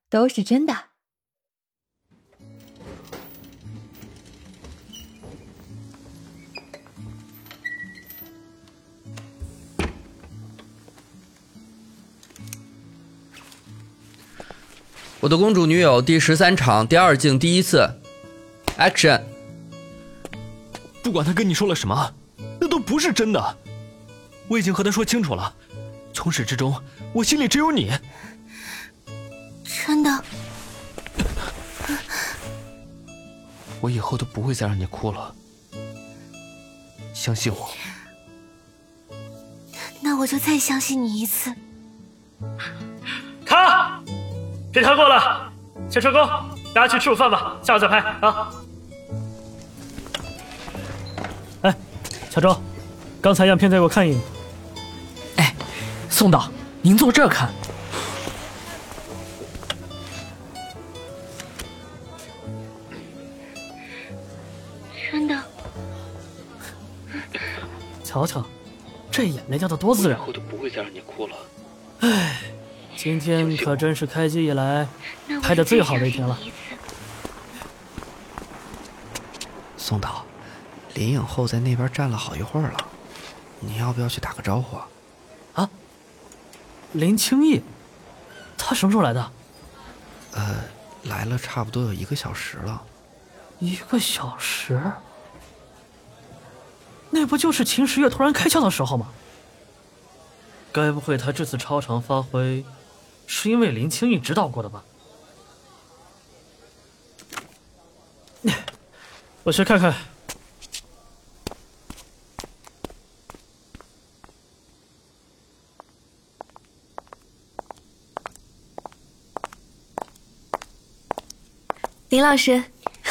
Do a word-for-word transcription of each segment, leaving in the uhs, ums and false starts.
都是真的。 我的公主女友第十三场第二镜第一次 Action。 不管他跟你说了什么，那都不是真的。我已经和他说清楚了，从始至终我心里只有你。 真的？ 我以后都不会再让你哭了，相信我。 那我就再相信你一次。 卡，这条过了，先收工，大家去吃午饭吧，下午再拍啊。哎，小周，刚才样片再给我看一眼。 哎，宋导，您坐这儿看。 真的？ 瞧瞧，这眼泪掉的多自然。 以后都不会再让你哭了。 唉，今天可真是开机以来拍的最好的一天了。 宋导，林影后在那边站了好一会儿了，你要不要去打个招呼啊？ 啊？林清逸，他什么时候来的？ 呃，来了差不多有一个小时了。 一个小时？那不就是秦时月突然开窍的时候吗？该不会他这次超常发挥是因为林清逸指导过的吧？我去看看。 林老师，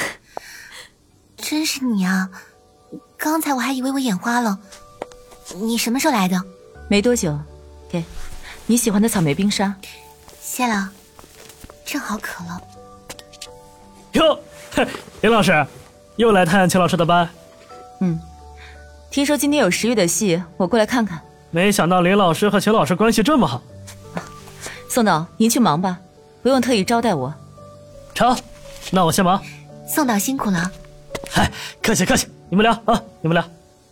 真是你啊！刚才我还以为我眼花了。你什么时候来的？ 没多久，给你喜欢的草莓冰沙。 谢了，正好渴了。 哟，林老师又来探秦老师的班。 嗯，听说今天有十月的戏，我过来看看。 没想到林老师和秦老师关系这么好。 宋导，您去忙吧，不用特意招待我。 成，那我先忙。 宋导辛苦了。 嗨，客气客气，你们聊啊，你们聊。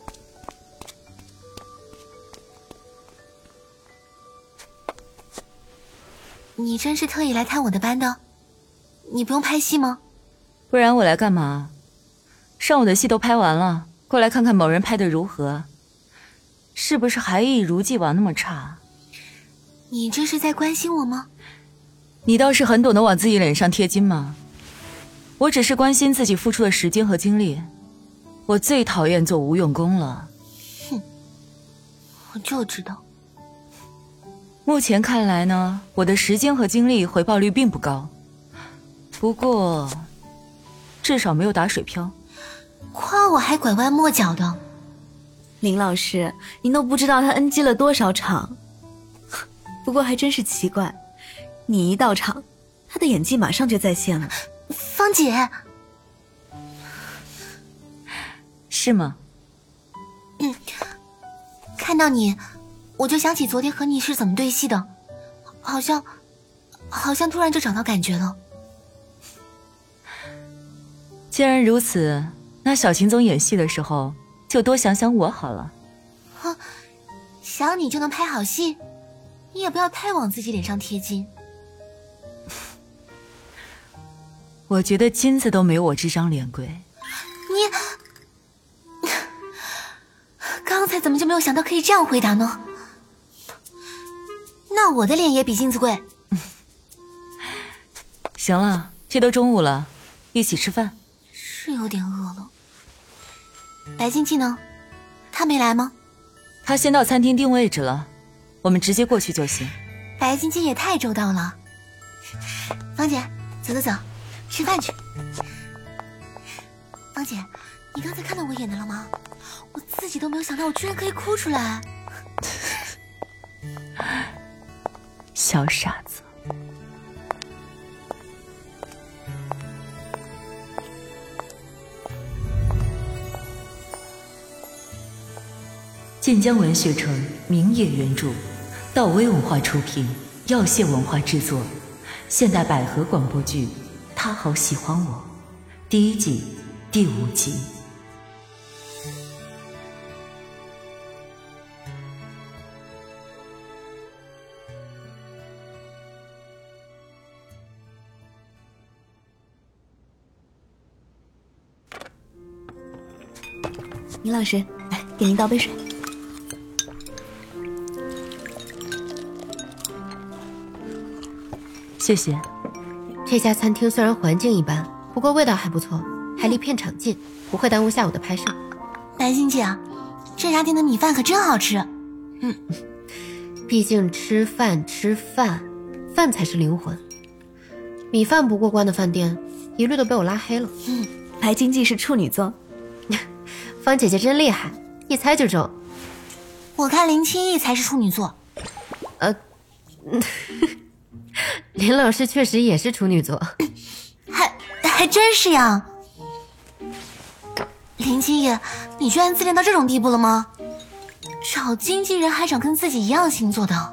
你真是特意来探我的班的？你不用拍戏吗？ 不然我来干嘛？上午的戏都拍完了，过来看看某人拍得如何，是不是还一如既往那么差？ 你这是在关心我吗？ 你倒是很懂得往自己脸上贴金嘛。我只是关心自己付出的时间和精力，我最讨厌做无用功了。 哼，我就知道。 目前看来呢，我的时间和精力回报率并不高，不过至少没有打水漂。 夸我还拐弯抹角的。 林老师，您都不知道他 N G 了多少场。不过还真是奇怪，你一到场，他的演技马上就在线了。 芳姐， 是吗？ 嗯，看到你，我就想起昨天和你是怎么对戏的，好像，好像突然就找到感觉了。 既然如此，那小秦总演戏的时候，就多想想我好了。 哼，想你就能拍好戏，你也不要太往自己脸上贴金。 我觉得金子都没有我这张脸贵。 你刚才怎么就没有想到可以这样回答呢？那我的脸也比金子贵。 行了，这都中午了，一起吃饭。 是有点饿了。白静静呢？她没来吗？ 她先到餐厅定位置了，我们直接过去就行。 白静静也太周到了。芳姐，走走走，吃饭去。芳姐，你刚才看到我演的了吗？我自己都没有想到我居然可以哭出来。 小傻子。晋江文学城明夜原著，道威文化出品，耀谢文化制作， 现代百合广播剧《他好喜欢我》第一季第五集。 林老师，来给您倒杯水。 谢谢。 这家餐厅虽然环境一般，不过味道还不错，还离片场近，不会耽误下午的拍摄。 白欣姐，这家店的米饭可真好吃。 嗯，毕竟吃饭吃饭，饭才是灵魂。米饭不过关的饭店，一律都被我拉黑了。 嗯，白经济是处女座。 方姐姐真厉害，一猜就中。 我看林清逸才是处女座。 呃，林老师确实也是处女座， 还还真是呀。林清逸，你居然自恋到这种地步了吗？找经纪人还找跟自己一样星座的。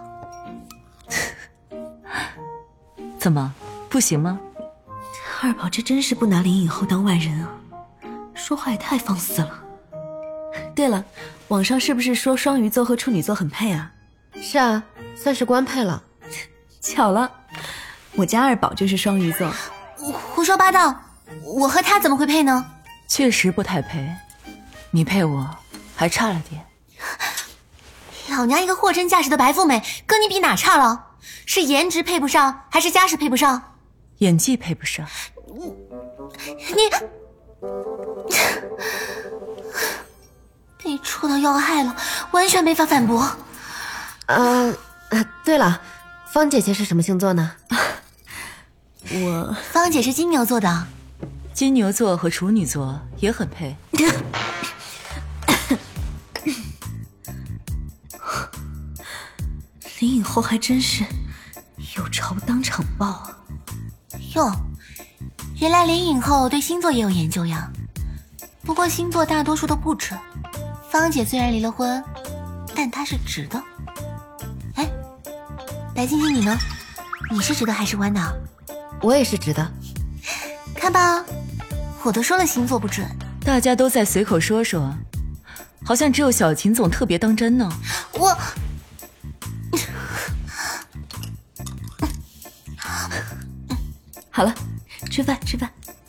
怎么，不行吗？ 二宝这真是不拿林影后当外人啊，说话也太放肆了。对了，网上是不是说双鱼座和处女座很配啊？ 是啊，算是官配了。 巧了，我家二宝就是双鱼座。 胡说八道，我和他怎么会配呢？ 确实不太配，你配我还差了点。 老娘一个货真价实的白富美，跟你比哪差了？是颜值配不上，还是家世配不上？ 演技配不上。 你被戳到要害了，完全没法反驳。 嗯、呃，对了，方姐姐是什么星座呢？ 我方姐是金牛座的。 金牛座和处女座也很配。 林影后还真是有仇当场报啊！ 哟，原来林影后对星座也有研究呀。不过星座大多数都不准。方姐虽然离了婚，但她是直的。哎，白晶晶你呢？你是直的还是弯的？ 我也是直的。 看吧，我都说了星座不准。 大家都在随口说说，好像只有小秦总特别当真呢。 我好了，吃饭吃饭。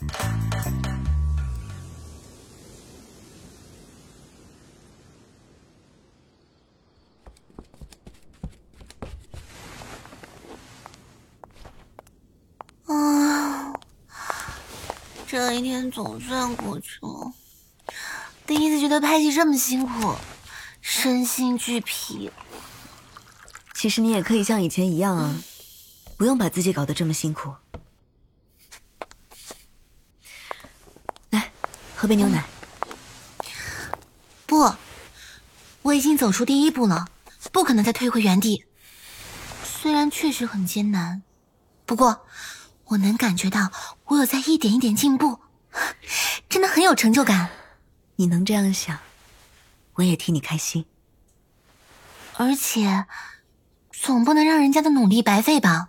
啊，这一天总算过去了。第一次觉得拍戏这么辛苦，身心俱疲。 其实你也可以像以前一样啊，嗯、不用把自己搞得这么辛苦。来，喝杯牛奶。 不，我已经走出第一步了，不可能再退回原地。虽然确实很艰难，不过我能感觉到我有在一点一点进步，真的很有成就感。 你能这样想，我也替你开心。 而且总不能让人家的努力白费吧。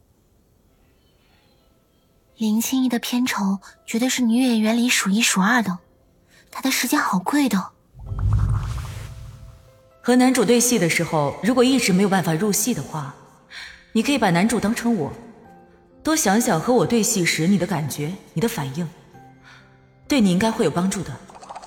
林清逸的片酬绝对是女演员里数一数二的，她的时间好贵的。 和男主对戏的时候，如果一直没有办法入戏的话，你可以把男主当成我，多想想和我对戏时你的感觉，你的反应，对你应该会有帮助的。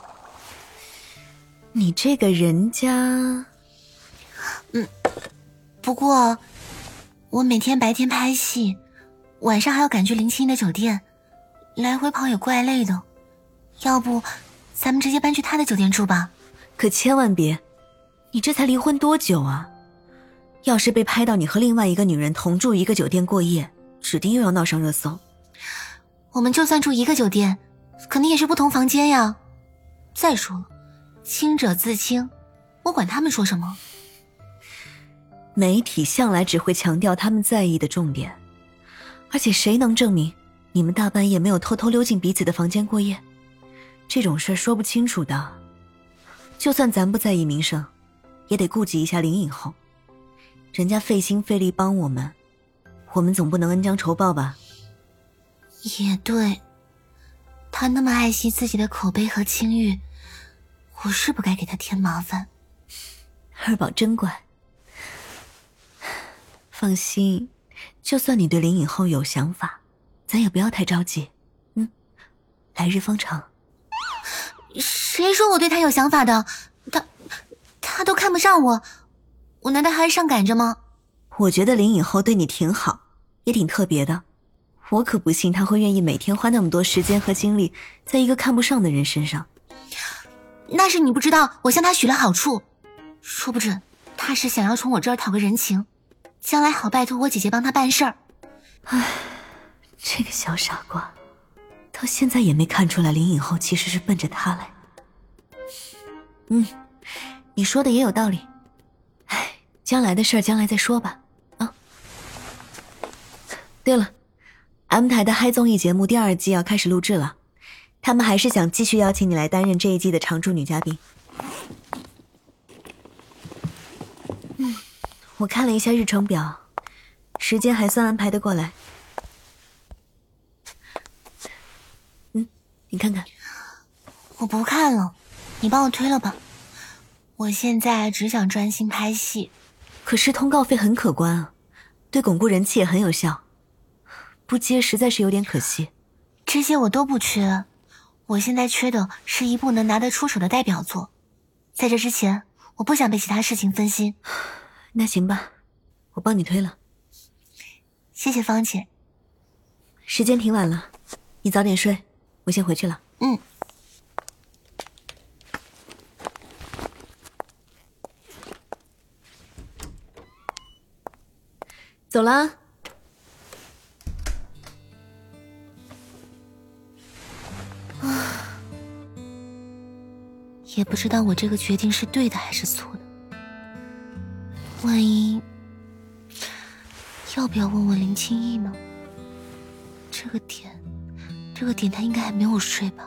你这个人家， 嗯，不过我每天白天拍戏，晚上还要赶去林清逸的酒店，来回跑也怪累的。要不咱们直接搬去他的酒店住吧？ 可千万别，你这才离婚多久啊？要是被拍到你和另外一个女人同住一个酒店过夜，指定又要闹上热搜。 我们就算住一个酒店，肯定也是不同房间呀。再说了，清者自清，我管他们说什么。 媒体向来只会强调他们在意的重点，而且谁能证明你们大半夜没有偷偷溜进彼此的房间过夜？这种事说不清楚的。就算咱不在意名声，也得顾及一下林影后，人家费心费力帮我们， 我们总不能恩将仇报吧？ 也对，他那么爱惜自己的口碑和清誉，我是不该给他添麻烦。 二宝真乖。放心，就算你对林颖后有想法，咱也不要太着急。嗯，来日方长。 谁说我对他有想法的？他他都看不上我，我难道还是上赶着吗？ 我觉得林颖后对你挺好，也挺特别的。我可不信他会愿意每天花那么多时间和精力在一个看不上的人身上。 那是你不知道，我向他许了好处，说不准他是想要从我这儿讨个人情，将来好拜托我姐姐帮他办事儿。 唉，这个小傻瓜，到现在也没看出来林颖后其实是奔着他来。嗯，你说的也有道理。唉，将来的事儿将来再说吧。啊，对了。M 台的嗨综艺节目第二季要开始录制了，他们还是想继续邀请你来担任这一季的常驻女嘉宾。嗯，我看了一下日程表，时间还算安排得过来。嗯，你看看。 我不看了，你帮我推了吧。我现在只想专心拍戏。 可是通告费很可观啊，对巩固人气也很有效。不接实在是有点可惜。 这些我都不缺，我现在缺的是一部能拿得出手的代表作。在这之前，我不想被其他事情分心。 那行吧，我帮你推了。 谢谢芳姐。 时间挺晚了，你早点睡，我先回去了。 嗯。 走了。 也不知道我这个决定是对的还是错的。万一要不要问问林清逸呢？这个点这个点他应该还没有睡吧。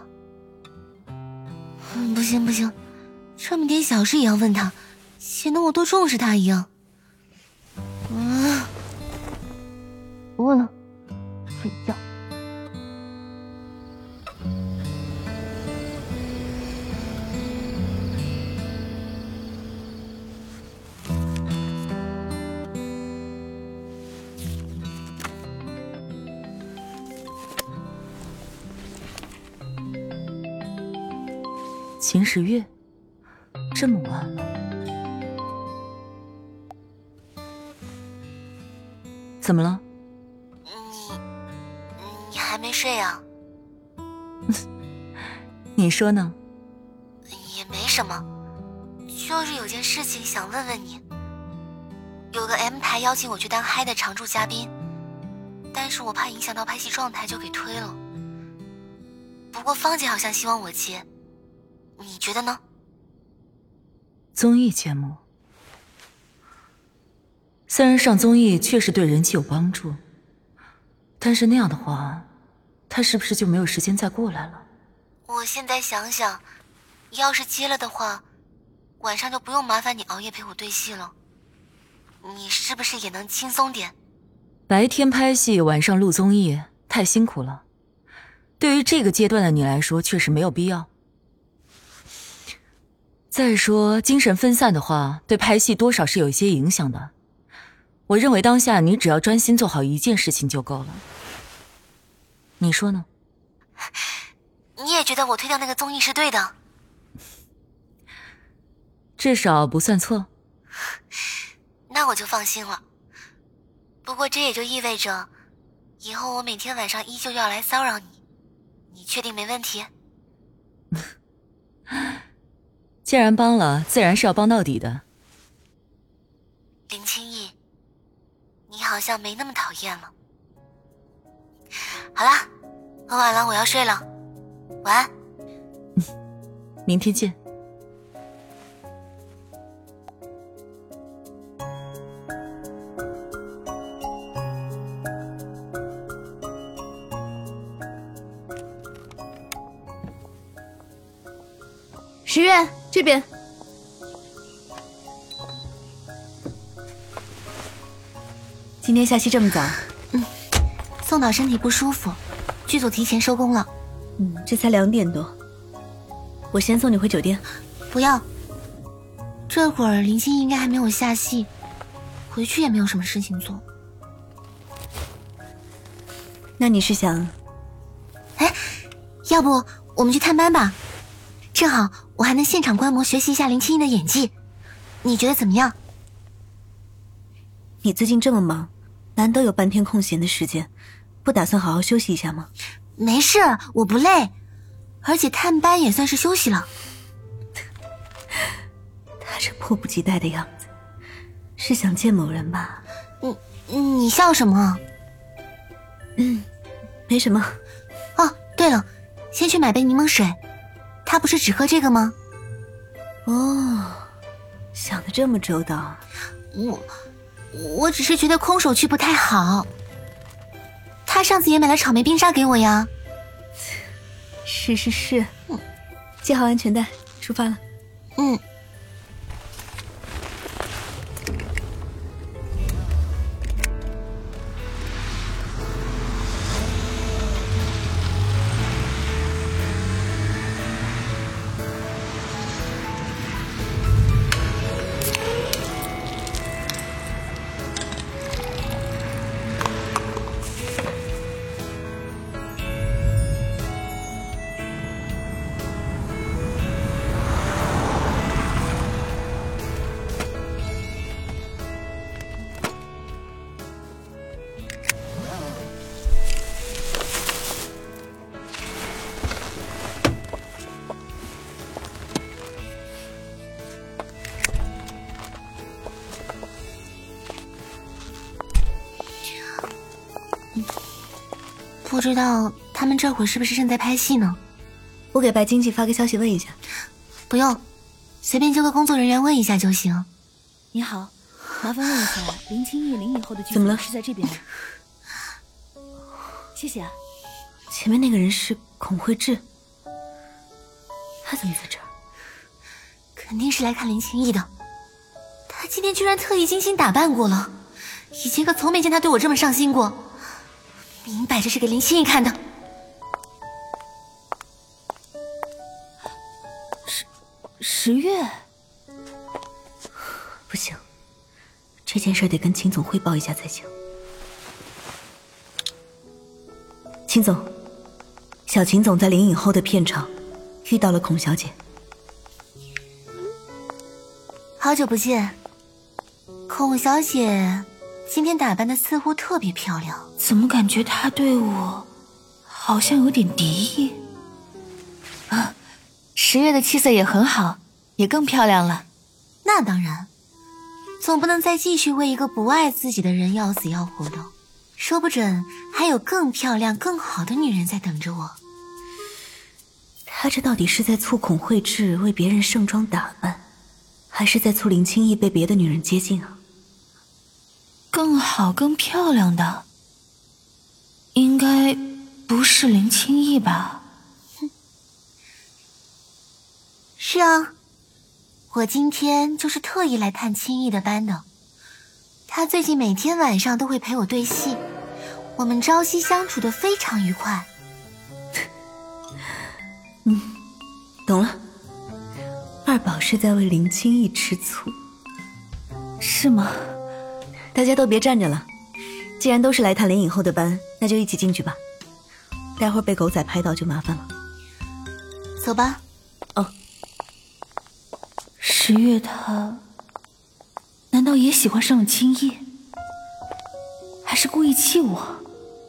嗯，不行不行，这么点小事也要问他，显得我多重视他一样。嗯，不问了，睡觉。 秦时月，这么晚了，怎么了？ 你你还没睡啊？ 你说呢？ 也没什么，就是有件事情想问问你。有个 M 台邀请我去当嗨的常驻嘉宾，但是我怕影响到拍戏状态，就给推了。不过芳姐好像希望我接。你觉得呢？ 综艺节目，虽然上综艺确实对人气有帮助，但是那样的话，他是不是就没有时间再过来了？ 我现在想想，要是接了的话，晚上就不用麻烦你熬夜陪我对戏了。你是不是也能轻松点？ 白天拍戏，晚上录综艺，太辛苦了。对于这个阶段的你来说，确实没有必要。再说精神分散的话，对拍戏多少是有一些影响的。我认为当下你只要专心做好一件事情就够了。你说呢？ 你也觉得我推掉那个综艺是对的？ 至少不算错。 那我就放心了。不过这也就意味着，以后我每天晚上依旧要来骚扰你。你确定没问题？ 既然帮了，自然是要帮到底的。 林清逸，你好像没那么讨厌了。好啦，很晚了，我要睡了，晚安。 明天见。 十月这边。今天下戏这么早， 宋导身体不舒服，剧组提前收工了。 嗯，这才两点多，我先送你回酒店。 不要，这会儿林青应该还没有下戏，回去也没有什么事情做。 那你是想？ 哎，要不我们去探班吧？正好我还能现场观摩学习一下林青音的演技，你觉得怎么样？ 你最近这么忙，难得有半天空闲的时间，不打算好好休息一下吗？ 没事，我不累，而且探班也算是休息了。 他这迫不及待的样子，是想见某人吧？ 嗯，你笑什么？ 嗯，没什么。 哦，对了，先去买杯柠檬水。他不是只喝这个吗？ 哦，想得这么周到。 我我只是觉得空手去不太好。他上次也买了草莓冰沙给我呀。 是是是。嗯，系好安全带，出发了。 嗯。不知道他们这会是不是正在拍戏呢？ 我给白经纪发个消息问一下。 不用，随便揪个工作人员问一下就行。 你好，麻烦问一下林青艺林以后的剧怎么了？ 是在这边吗？谢谢啊。 前面那个人是孔慧智，他怎么在这儿？ 肯定是来看林青艺的。他今天居然特意精心打扮过了，以前可从没见他对我这么上心过。明摆着是给林青艺看的。 十十月， 不行，这件事得跟秦总汇报一下才行。秦总，小秦总在林影后的片场遇到了孔小姐。 好久不见，孔小姐今天打扮的似乎特别漂亮。 怎么感觉她对我好像有点敌意？啊，十月的气色也很好，也更漂亮了。 那当然，总不能再继续为一个不爱自己的人要死要活的，说不准还有更漂亮更好的女人在等着我。 他这到底是在促孔慧智为别人盛装打扮，还是在促林青艺被别的女人接近啊？ 更好更漂亮的应该不是林青艺吧？ 是啊，我今天就是特意来探青艺的班的。他最近每天晚上都会陪我对戏，我们朝夕相处得非常愉快。 嗯，懂了。二宝是在为林青艺吃醋， 是吗？ 大家都别站着了，既然都是来探林影后的班，那就一起进去吧。待会儿被狗仔拍到就麻烦了。 走吧。 哦。 十月他难道也喜欢上了青艺？还是故意气我？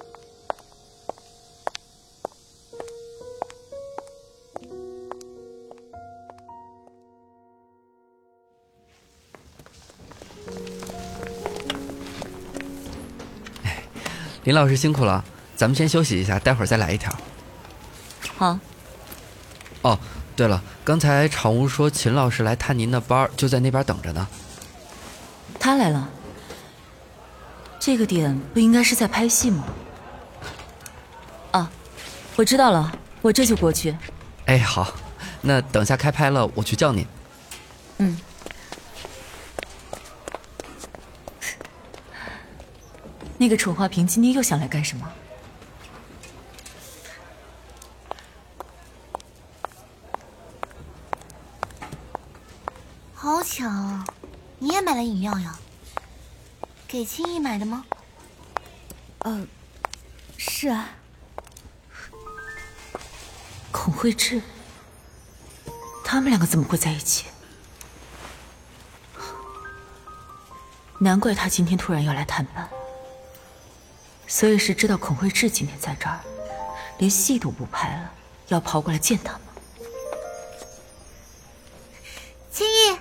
林老师辛苦了，咱们先休息一下，待会儿再来一条。 好。 哦，对了，刚才场务说秦老师来探您的班，就在那边等着呢。 他来了？这个点不应该是在拍戏吗？啊，我知道了，我这就过去。 哎，好，那等下开拍了，我去叫您。 嗯。那个蠢话瓶今天又想来干什么？ 了饮料呀？给青易买的吗？ 呃，是啊。孔慧智，他们两个怎么会在一起？难怪他今天突然要来探班，所以是知道孔慧智今天在这儿，连戏都不拍了，要跑过来见他吗？ 青易，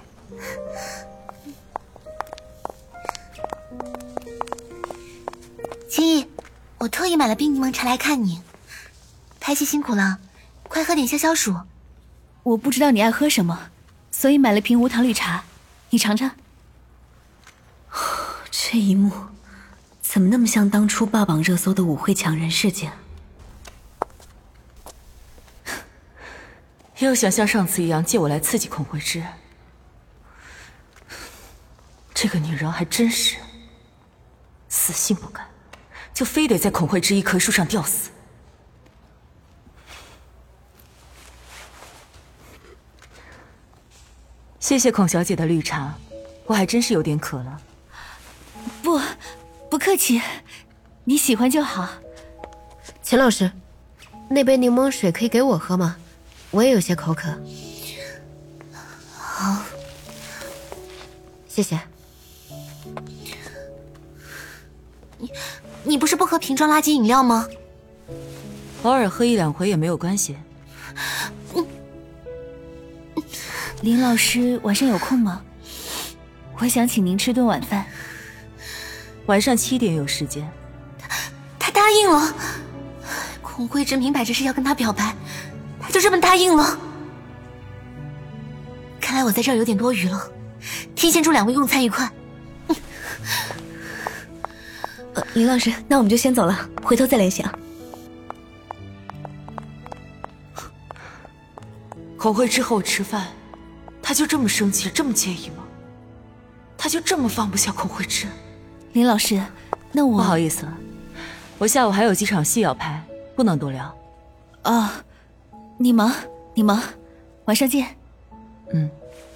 青易，我特意买了冰柠檬茶来看你。拍戏辛苦了，快喝点消消暑。 我不知道你爱喝什么，所以买了瓶无糖绿茶，你尝尝。 这一幕怎么那么像当初霸榜热搜的舞会抢人事件？ 又想像上次一样借我来刺激孔慧芝，这个女人还真是死性不改，就非得在孔慧芝一棵树上吊死。谢谢孔小姐的绿茶，我还真是有点渴了。 不，不客气，你喜欢就好。 钱老师，那杯柠檬水可以给我喝吗？我也有些口渴。 好， 谢谢。 你你不是不喝瓶装垃圾饮料吗？ 偶尔喝一两回也没有关系。 林老师晚上有空吗？我想请您吃顿晚饭。 晚上七点有时间。 他他答应了。孔慧芝明摆着是要跟他表白，他就这么答应了。看来我在这儿有点多余了，提前祝两位用餐愉快。 呃，林老师，那我们就先走了，回头再联系啊。 孔慧芝和我吃饭，他就这么生气，这么介意吗？他就这么放不下孔慧芝？ 林老师，那我不好意思了，我下午还有几场戏要拍，不能多聊。 哦，你忙，你忙，晚上见。 嗯。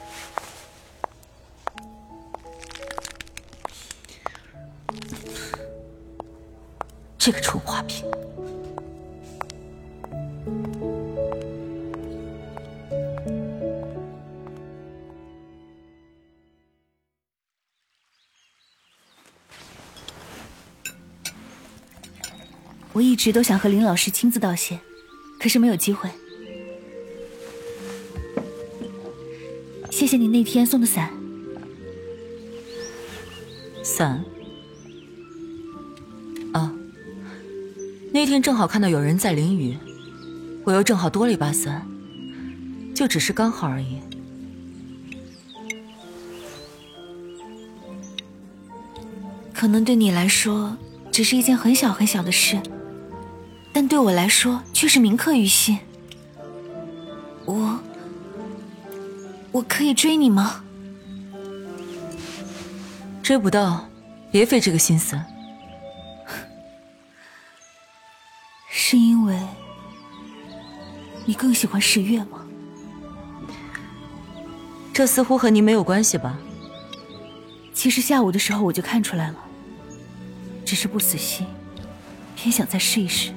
这个蠢花瓶。 我一直都想和林老师亲自道谢，可是没有机会。谢谢你那天送的伞。 伞？啊，那天正好看到有人在淋雨，我又正好多了一把伞，就只是刚好而已。 可能对你来说只是一件很小很小的事，但对我来说却是铭刻于心。我我可以追你吗？ 追不到，别费这个心思。 是因为你更喜欢十月吗？ 这似乎和您没有关系吧？ 其实下午的时候我就看出来了，只是不死心，偏想再试一试。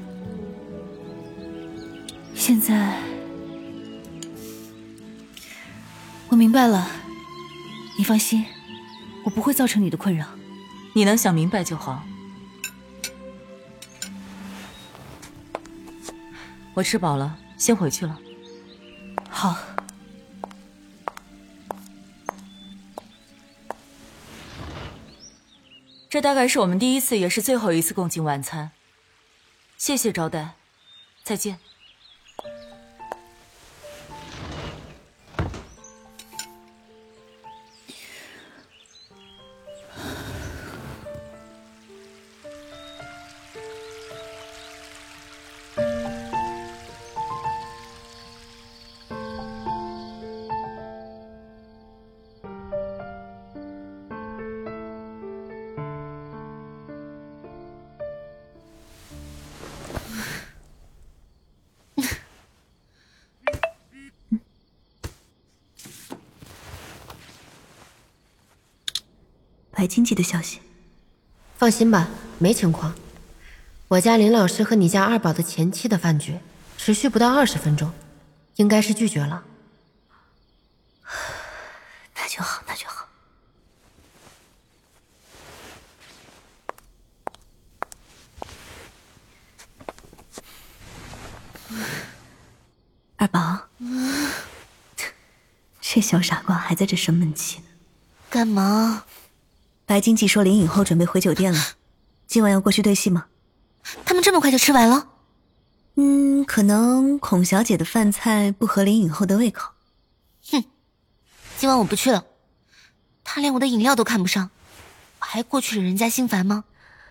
现在我明白了，你放心，我不会造成你的困扰。 你能想明白就好。我吃饱了，先回去了。 好。 这大概是我们第一次也是最后一次共进晚餐，谢谢招待，再见。 白经济的消息？ 放心吧，没情况。我家林老师和你家二宝的前妻的饭局持续不到二十分钟，应该是拒绝了。 那就好，那就好。二宝，这小傻瓜还在这生闷气呢。 干嘛？ 白经济说林颖后准备回酒店了，今晚要过去对戏吗？ 他们这么快就吃完了？ 嗯，可能孔小姐的饭菜不合林颖后的胃口。 哼，今晚我不去了。他连我的饮料都看不上，我还过去惹人家心烦吗？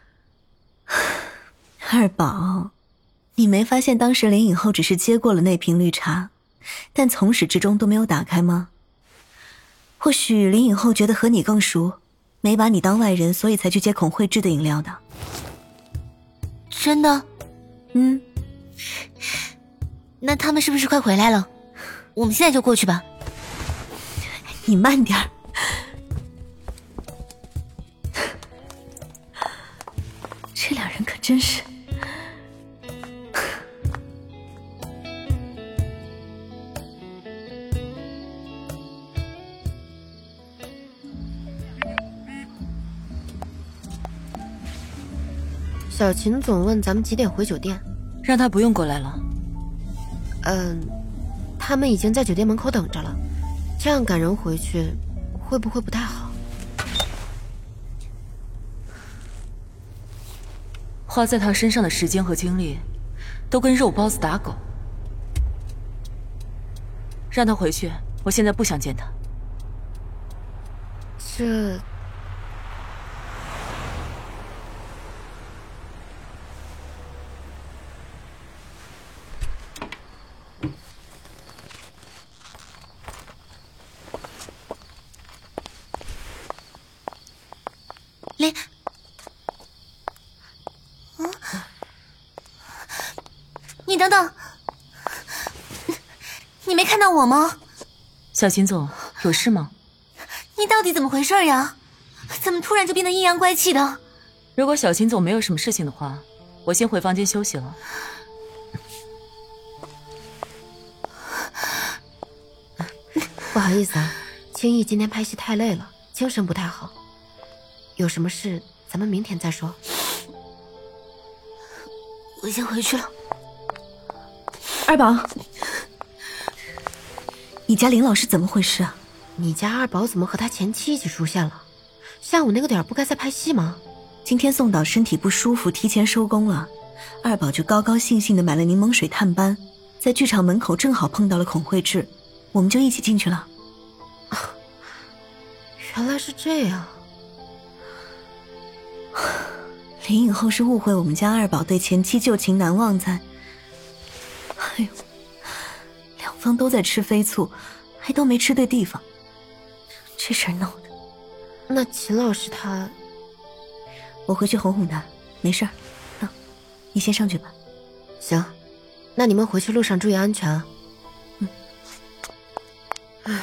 二宝，你没发现当时林颖后只是接过了那瓶绿茶，但从始至终都没有打开吗？或许林颖后觉得和你更熟，没把你当外人，所以才去接孔慧智的饮料的。 真的？ 嗯。 那他们是不是快回来了？我们现在就过去吧。 你慢点儿。这两人可真是。 小秦总问咱们几点回酒店， 让他不用过来了。 嗯，他们已经在酒店门口等着了，这样赶人回去会不会不太好？ 花在他身上的时间和精力都跟肉包子打狗，让他回去，我现在不想见他。 这林，嗯，你等等，你没看到我吗？ 小秦总，有事吗？ 你到底怎么回事呀？怎么突然就变得阴阳怪气的？ 如果小秦总没有什么事情的话，我先回房间休息了。 不好意思啊，青艺今天拍戏太累了，精神不太好。有什么事咱们明天再说。 我先回去了。 二宝，你家林老师怎么回事啊？ 你家二宝怎么和他前妻一起出现了？下午那个点不该在拍戏吗？ 今天宋导身体不舒服，提前收工了，二宝就高高兴兴的买了柠檬水探班，在剧场门口正好碰到了孔慧智，我们就一起进去了。 啊，原来是这样。林颖后是误会我们家二宝对前妻旧情难忘在。哎呦，两方都在吃飞醋，还都没吃对地方，这事儿闹的。那秦老师他……我回去哄哄他，没事儿。啊，你先上去吧。行，那你们回去路上注意安全啊。嗯。唉。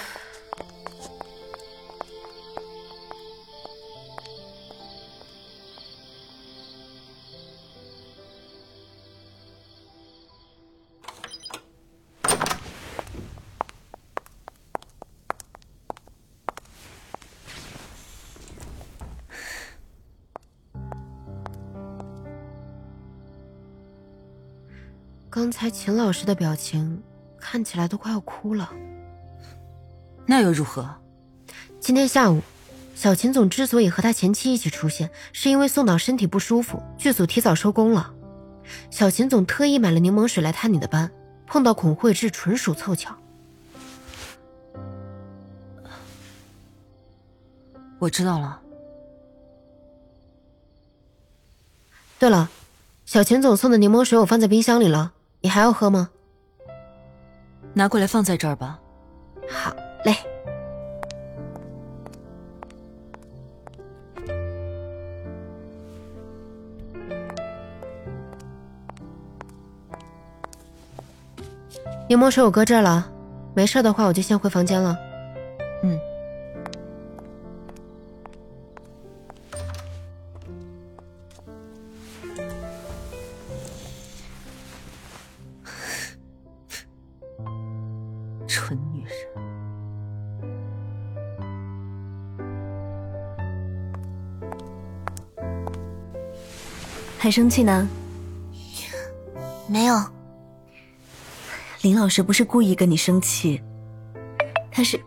刚才秦老师的表情看起来都快要哭了。 那又如何？ 今天下午，小秦总之所以和他前妻一起出现，是因为宋导身体不舒服，剧组提早收工了。小秦总特意买了柠檬水来探你的班，碰到孔慧智纯属凑巧。 我知道了。 对了，小秦总送的柠檬水我放在冰箱里了，你还要喝吗？ 拿过来放在这儿吧。 好嘞。柠檬水我搁这儿了，没事的话我就先回房间了。 嗯。 还生气呢？ 没有。 林老师不是故意跟你生气，他是……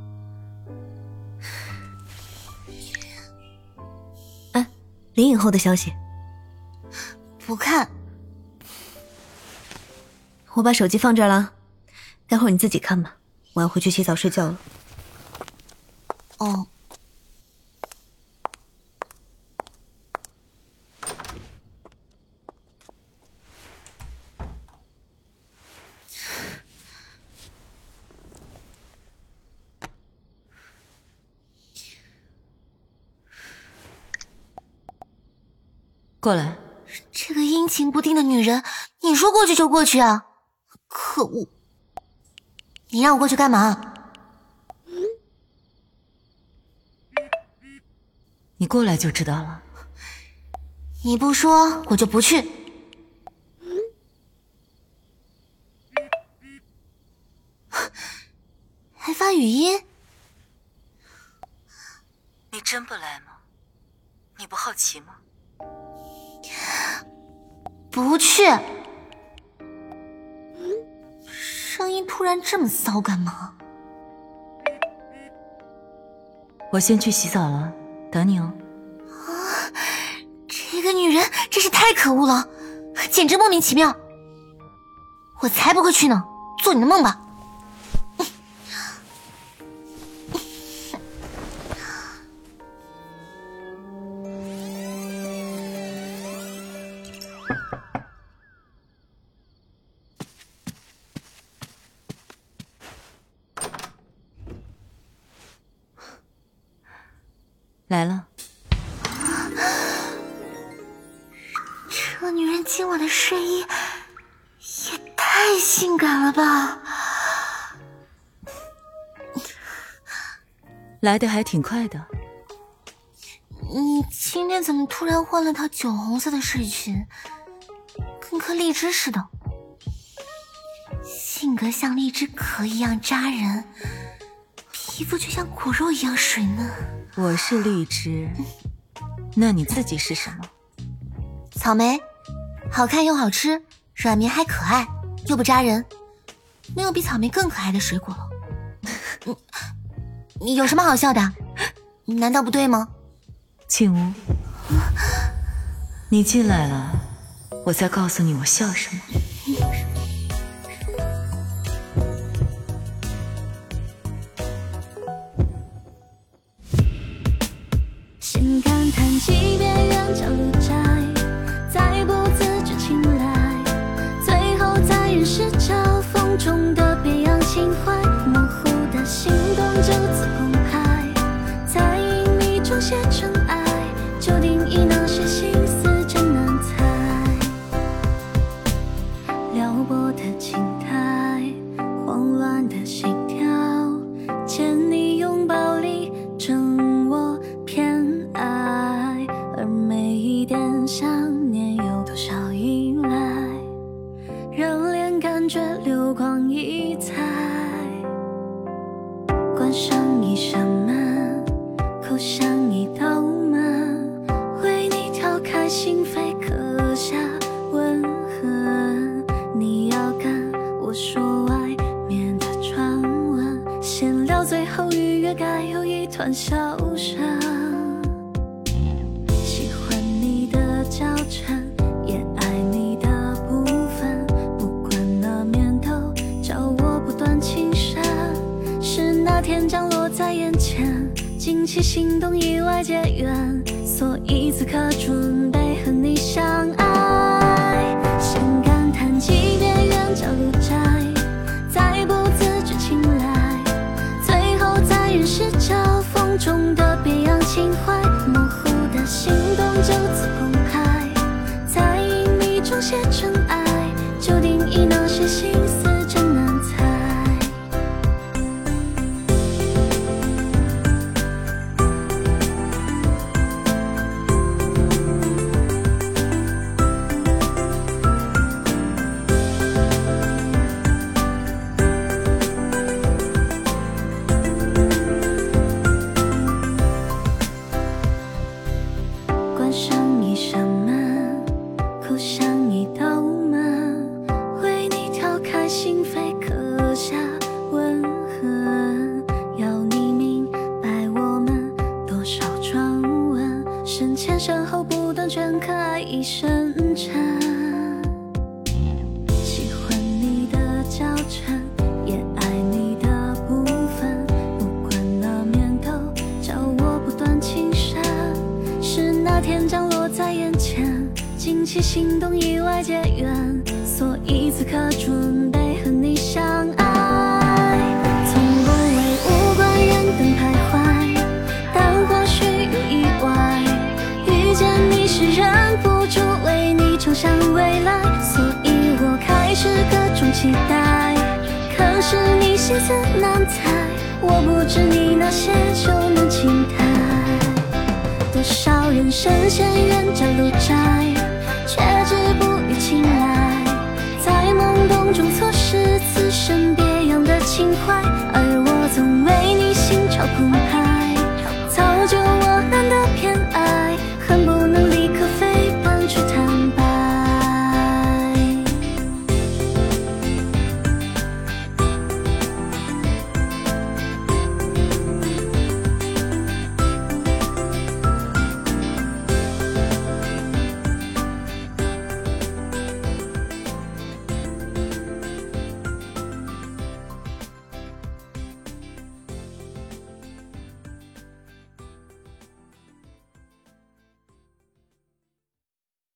哎，林颖后的消息。 不看。 我把手机放这儿了，待会儿你自己看吧，我要回去洗澡睡觉了。 哦。 过来。 这个阴晴不定的女人，你说过去就过去啊！可恶！你让我过去干嘛？ 你过来就知道了。 你不说，我就不去。还发语音？ 你真不来吗？你不好奇吗？ 不去。声音突然这么骚干嘛？ 我先去洗澡了，等你哦。 啊，这个女人真是太可恶了，简直莫名其妙。我才不会去呢，做你的梦吧。 来了。 这女人今晚的睡衣也太性感了吧！ 来的还挺快的。 你今天怎么突然换了套酒红色的睡裙，跟颗荔枝似的，性格像荔枝壳一样扎人，皮肤却像果肉一样水嫩。 我是荔枝，那你自己是什么？ 草莓，好看又好吃，软绵还可爱，又不扎人，没有比草莓更可爱的水果了。你你有什么好笑的？难道不对吗？ 庆屋，你进来了，我再告诉你我笑什么。 心感叹即便远角如摘，再不自知青睐，最后在人世交锋中的别样情怀，模糊的心动就此公开，在隐秘中写成爱，就定义那些心思真难猜，撩拨的情态，慌乱的心跳，牵你拥抱里正我偏爱，而每一点想念有多少依赖，热恋感觉流光溢彩，关上一扇门，扣上一道门，为你挑开心扉，刻下吻痕。你要跟我说外面的传闻，闲聊最后愉悦该有一团笑声。喜欢你的娇嗔，也爱你的部分，不管那面都叫我不断情深。是那天降落在眼前，惊奇心动，意外结缘，所以此刻准备和你相爱。先感叹即便远角如摘，再不自知青睐，最后在人世交锋中的别样情怀，模糊的心动就此公开，在隐秘中写成爱，就定义那些心思真难猜。关上一扇门， 像一道门，为你挑开心扉，刻下吻痕。要你明白我们多少传闻，身前身后不断镌刻爱意深沉。喜欢你的娇嗔，也爱你的部分，不管那面都叫我不断情深。是那天降落在眼前，惊奇心动，意外结缘，所以此刻准备和你相爱。从不为无关人等徘徊，但或许有意外，遇见你时忍不住为你畅想未来，所以我开始各种期待。可是你心思难猜，我不知你那些就能轻待。多少人身陷冤家路窄，却止步于青睐，在懵懂中错失此生别样的情怀，而我总为你心潮澎湃，造就我难得偏爱。